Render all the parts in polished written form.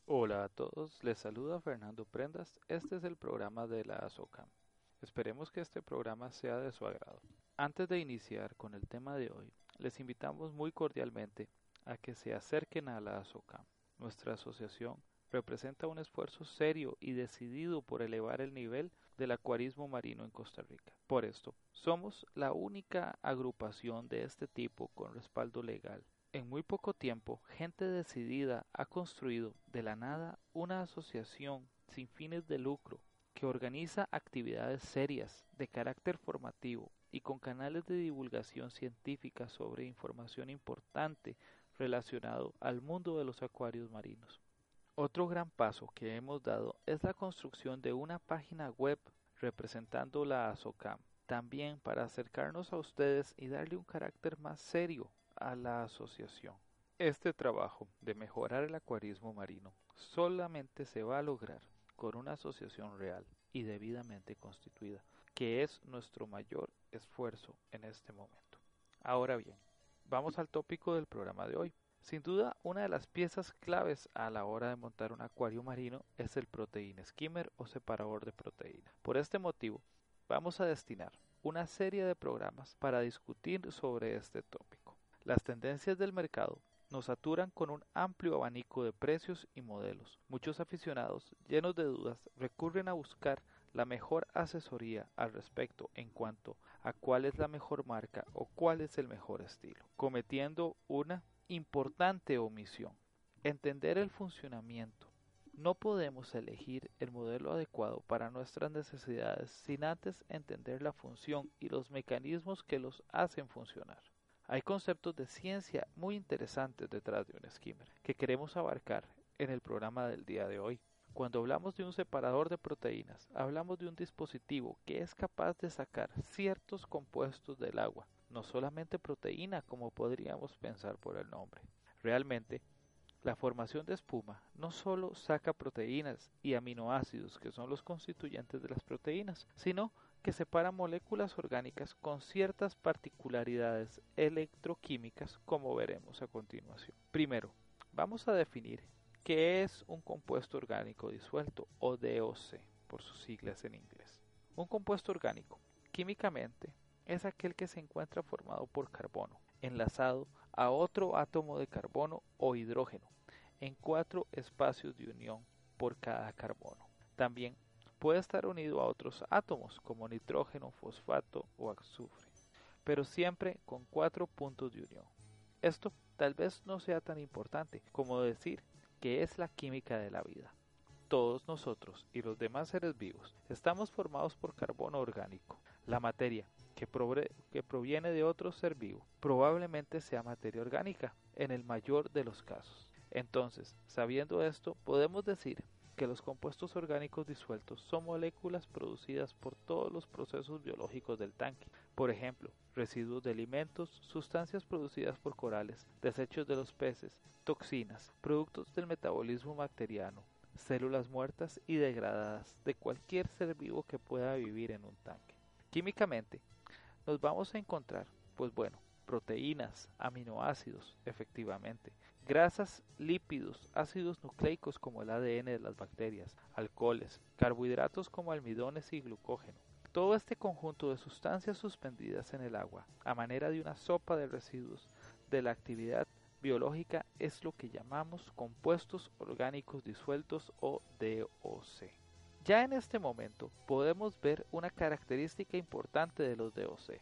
Hola a todos, les saluda Fernando Prendas. Este es el programa de la ASOCAM. Esperemos que este programa sea de su agrado. Antes de iniciar con el tema de hoy, les invitamos muy cordialmente a que se acerquen a la ASOCAM. Nuestra asociación representa un esfuerzo serio y decidido por elevar el nivel del acuarismo marino en Costa Rica. Por esto, somos la única agrupación de este tipo con respaldo legal. En muy poco tiempo, gente decidida ha construido de la nada una asociación sin fines de lucro que organiza actividades serias de carácter formativo y con canales de divulgación científica sobre información importante relacionado al mundo de los acuarios marinos. Otro gran paso que hemos dado es la construcción de una página web representando la ASOCAM, también para acercarnos a ustedes y darle un carácter más serio a la asociación. Este trabajo de mejorar el acuarismo marino solamente se va a lograr con una asociación real y debidamente constituida, que es nuestro mayor esfuerzo en este momento. Ahora bien, vamos al tópico del programa de hoy. Sin duda, una de las piezas claves a la hora de montar un acuario marino es el protein skimmer o separador de proteína. Por este motivo, vamos a destinar una serie de programas para discutir sobre este tópico. Las tendencias del mercado nos saturan con un amplio abanico de precios y modelos. Muchos aficionados, llenos de dudas, recurren a buscar la mejor asesoría al respecto en cuanto a cuál es la mejor marca o cuál es el mejor estilo, cometiendo una importante omisión: entender el funcionamiento. No podemos elegir el modelo adecuado para nuestras necesidades sin antes entender la función y los mecanismos que los hacen funcionar. Hay conceptos de ciencia muy interesantes detrás de un skimmer que queremos abarcar en el programa del día de hoy. Cuando hablamos de un separador de proteínas, hablamos de un dispositivo que es capaz de sacar ciertos compuestos del agua, no solamente proteína como podríamos pensar por el nombre. Realmente, la formación de espuma no solo saca proteínas y aminoácidos, que son los constituyentes de las proteínas, sino que separa moléculas orgánicas con ciertas particularidades electroquímicas, como veremos a continuación. Primero, vamos a definir qué es un compuesto orgánico disuelto, o DOC, por sus siglas en inglés. Un compuesto orgánico, químicamente, es aquel que se encuentra formado por carbono, enlazado a otro átomo de carbono o hidrógeno, en 4 espacios de unión por cada carbono. También puede estar unido a otros átomos como nitrógeno, fosfato o azufre, pero siempre con 4 puntos de unión. Esto tal vez no sea tan importante como decir que es la química de la vida. Todos nosotros y los demás seres vivos estamos formados por carbono orgánico. La materia que proviene de otro ser vivo probablemente sea materia orgánica en el mayor de los casos. Entonces, sabiendo esto, podemos decir que los compuestos orgánicos disueltos son moléculas producidas por todos los procesos biológicos del tanque. Por ejemplo, residuos de alimentos, sustancias producidas por corales, desechos de los peces, toxinas, productos del metabolismo bacteriano, células muertas y degradadas de cualquier ser vivo que pueda vivir en un tanque. Químicamente, nos vamos a encontrar, pues bueno, proteínas, aminoácidos, efectivamente, grasas, lípidos, ácidos nucleicos como el ADN de las bacterias, alcoholes, carbohidratos como almidones y glucógeno. Todo este conjunto de sustancias suspendidas en el agua, a manera de una sopa de residuos de la actividad biológica, es lo que llamamos compuestos orgánicos disueltos o DOC. Ya en este momento podemos ver una característica importante de los DOC.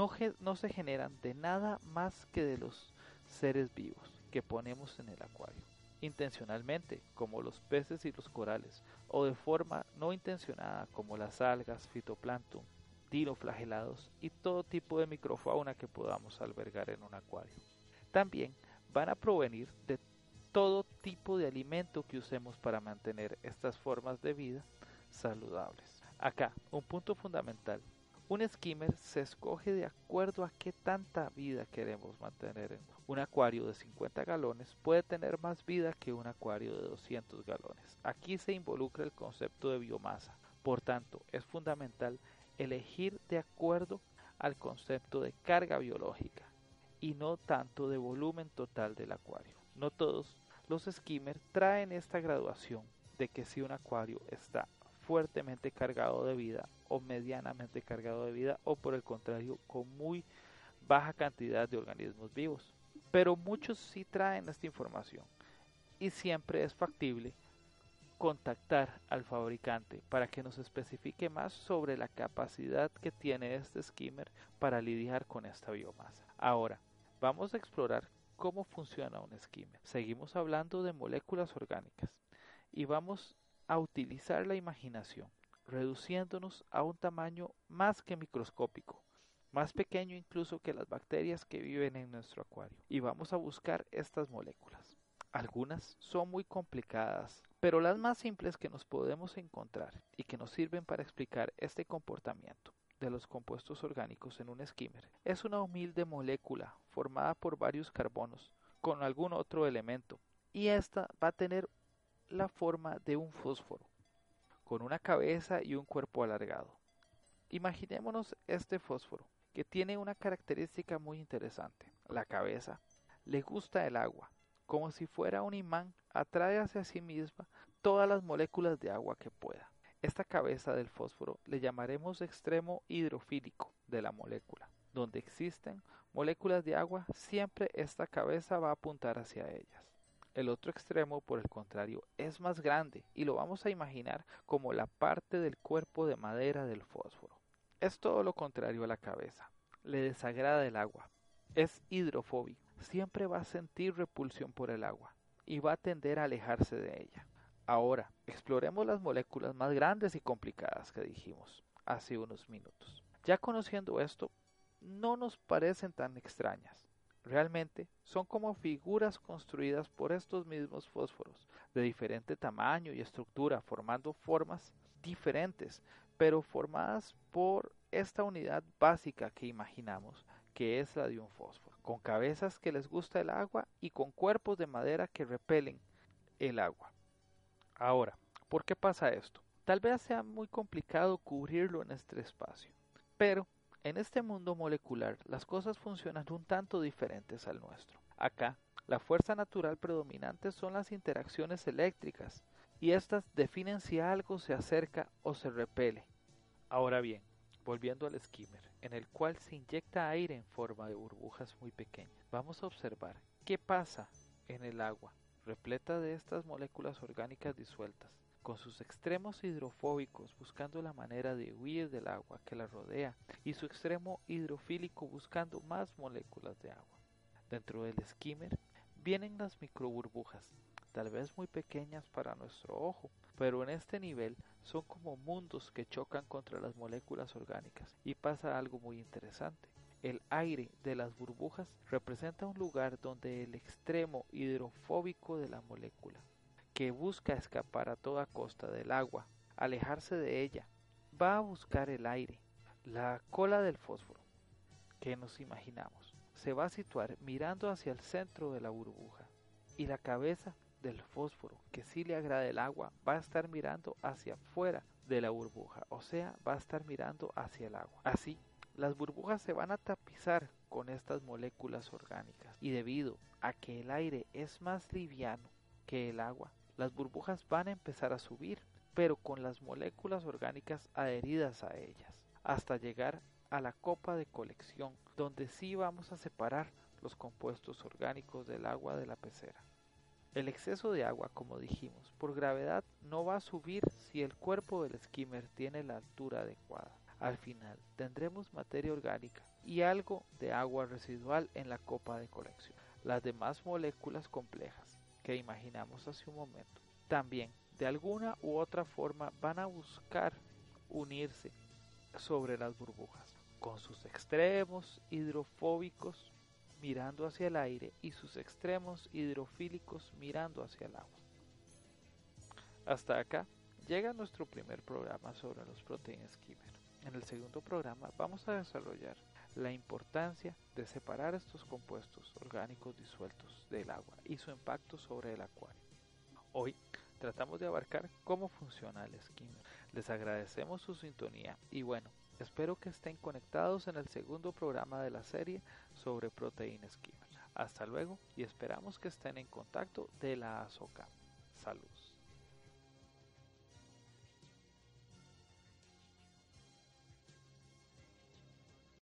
No se generan de nada más que de los seres vivos que ponemos en el acuario, intencionalmente, como los peces y los corales, o de forma no intencionada, como las algas, fitoplancton, dinoflagelados y todo tipo de microfauna que podamos albergar en un acuario. También van a provenir de todo tipo de alimento que usemos para mantener estas formas de vida saludables. Acá, un punto fundamental: un skimmer se escoge de acuerdo a qué tanta vida queremos mantener. Un acuario de 50 galones puede tener más vida que un acuario de 200 galones. Aquí se involucra el concepto de biomasa. Por tanto, es fundamental elegir de acuerdo al concepto de carga biológica y no tanto de volumen total del acuario. No todos Los skimmers traen esta graduación de que si un acuario está fuertemente cargado de vida o medianamente cargado de vida o por el contrario con muy baja cantidad de organismos vivos. Pero muchos sí traen esta información y siempre es factible contactar al fabricante para que nos especifique más sobre la capacidad que tiene este skimmer para lidiar con esta biomasa. Ahora, vamos a explorar cómo funciona un skimmer. Seguimos hablando de moléculas orgánicas y vamos a utilizar la imaginación, reduciéndonos a un tamaño más que microscópico, más pequeño incluso que las bacterias que viven en nuestro acuario, y vamos a buscar estas moléculas. Algunas son muy complicadas, pero las más simples que nos podemos encontrar y que nos sirven para explicar este comportamiento de los compuestos orgánicos en un skimmer es una humilde molécula formada por varios carbonos con algún otro elemento, y esta va a tener la forma de un fósforo con una cabeza y un cuerpo alargado. Imaginémonos este fósforo que tiene una característica muy interesante. La cabeza le gusta el agua, como si fuera un imán, atrae hacia sí misma todas las moléculas de agua que pueda. Esta cabeza del fósforo le llamaremos extremo hidrofílico de la molécula. Donde existen moléculas de agua, siempre esta cabeza va a apuntar hacia ellas. El otro extremo, por el contrario, es más grande y lo vamos a imaginar como la parte del cuerpo de madera del fósforo. Es todo lo contrario a la cabeza. Le desagrada el agua. Es hidrofóbico. Siempre va a sentir repulsión por el agua y va a tender a alejarse de ella. Ahora, exploremos las moléculas más grandes y complicadas que dijimos hace unos minutos. Ya conociendo esto, no nos parecen tan extrañas. Realmente son como figuras construidas por estos mismos fósforos, de diferente tamaño y estructura, formando formas diferentes, pero formadas por esta unidad básica que imaginamos, que es la de un fósforo, con cabezas que les gusta el agua y con cuerpos de madera que repelen el agua. Ahora, ¿por qué pasa esto? Tal vez sea muy complicado cubrirlo en este espacio, pero en este mundo molecular las cosas funcionan un tanto diferentes al nuestro. Acá, la fuerza natural predominante son las interacciones eléctricas, y estas definen si algo se acerca o se repele. Ahora bien, volviendo al skimmer, en el cual se inyecta aire en forma de burbujas muy pequeñas, vamos a observar qué pasa en el agua, repleta de estas moléculas orgánicas disueltas, con sus extremos hidrofóbicos buscando la manera de huir del agua que la rodea y su extremo hidrofílico buscando más moléculas de agua. Dentro del skimmer vienen las microburbujas, tal vez muy pequeñas para nuestro ojo, pero en este nivel son como mundos que chocan contra las moléculas orgánicas y pasa algo muy interesante. El aire de las burbujas representa un lugar donde el extremo hidrofóbico de la molécula, que busca escapar a toda costa del agua, alejarse de ella, va a buscar el aire. La cola del fósforo, que nos imaginamos, se va a situar mirando hacia el centro de la burbuja, y la cabeza del fósforo, que sí le agrada el agua, va a estar mirando hacia afuera de la burbuja, o sea, va a estar mirando hacia el agua. Así, las burbujas se van a tapizar con estas moléculas orgánicas, y debido a que el aire es más liviano que el agua, las burbujas van a empezar a subir, pero con las moléculas orgánicas adheridas a ellas, hasta llegar a la copa de colección, donde sí vamos a separar los compuestos orgánicos del agua de la pecera. El exceso de agua, como dijimos, por gravedad no va a subir si el cuerpo del skimmer tiene la altura adecuada. Al final tendremos materia orgánica y algo de agua residual en la copa de colección. Las demás moléculas complejas que imaginamos hace un momento también de alguna u otra forma van a buscar unirse sobre las burbujas, con sus extremos hidrofóbicos mirando hacia el aire y sus extremos hidrofílicos mirando hacia el agua. Hasta acá llega nuestro primer programa sobre los protein skimmers. En el segundo programa vamos a desarrollar la importancia de separar estos compuestos orgánicos disueltos del agua y su impacto sobre el acuario. Hoy tratamos de abarcar cómo funciona el skimmer. Les agradecemos su sintonía y bueno, espero que estén conectados en el segundo programa de la serie sobre protein skimmers. Hasta luego y esperamos que estén en contacto de la ASOCAM. Saludos.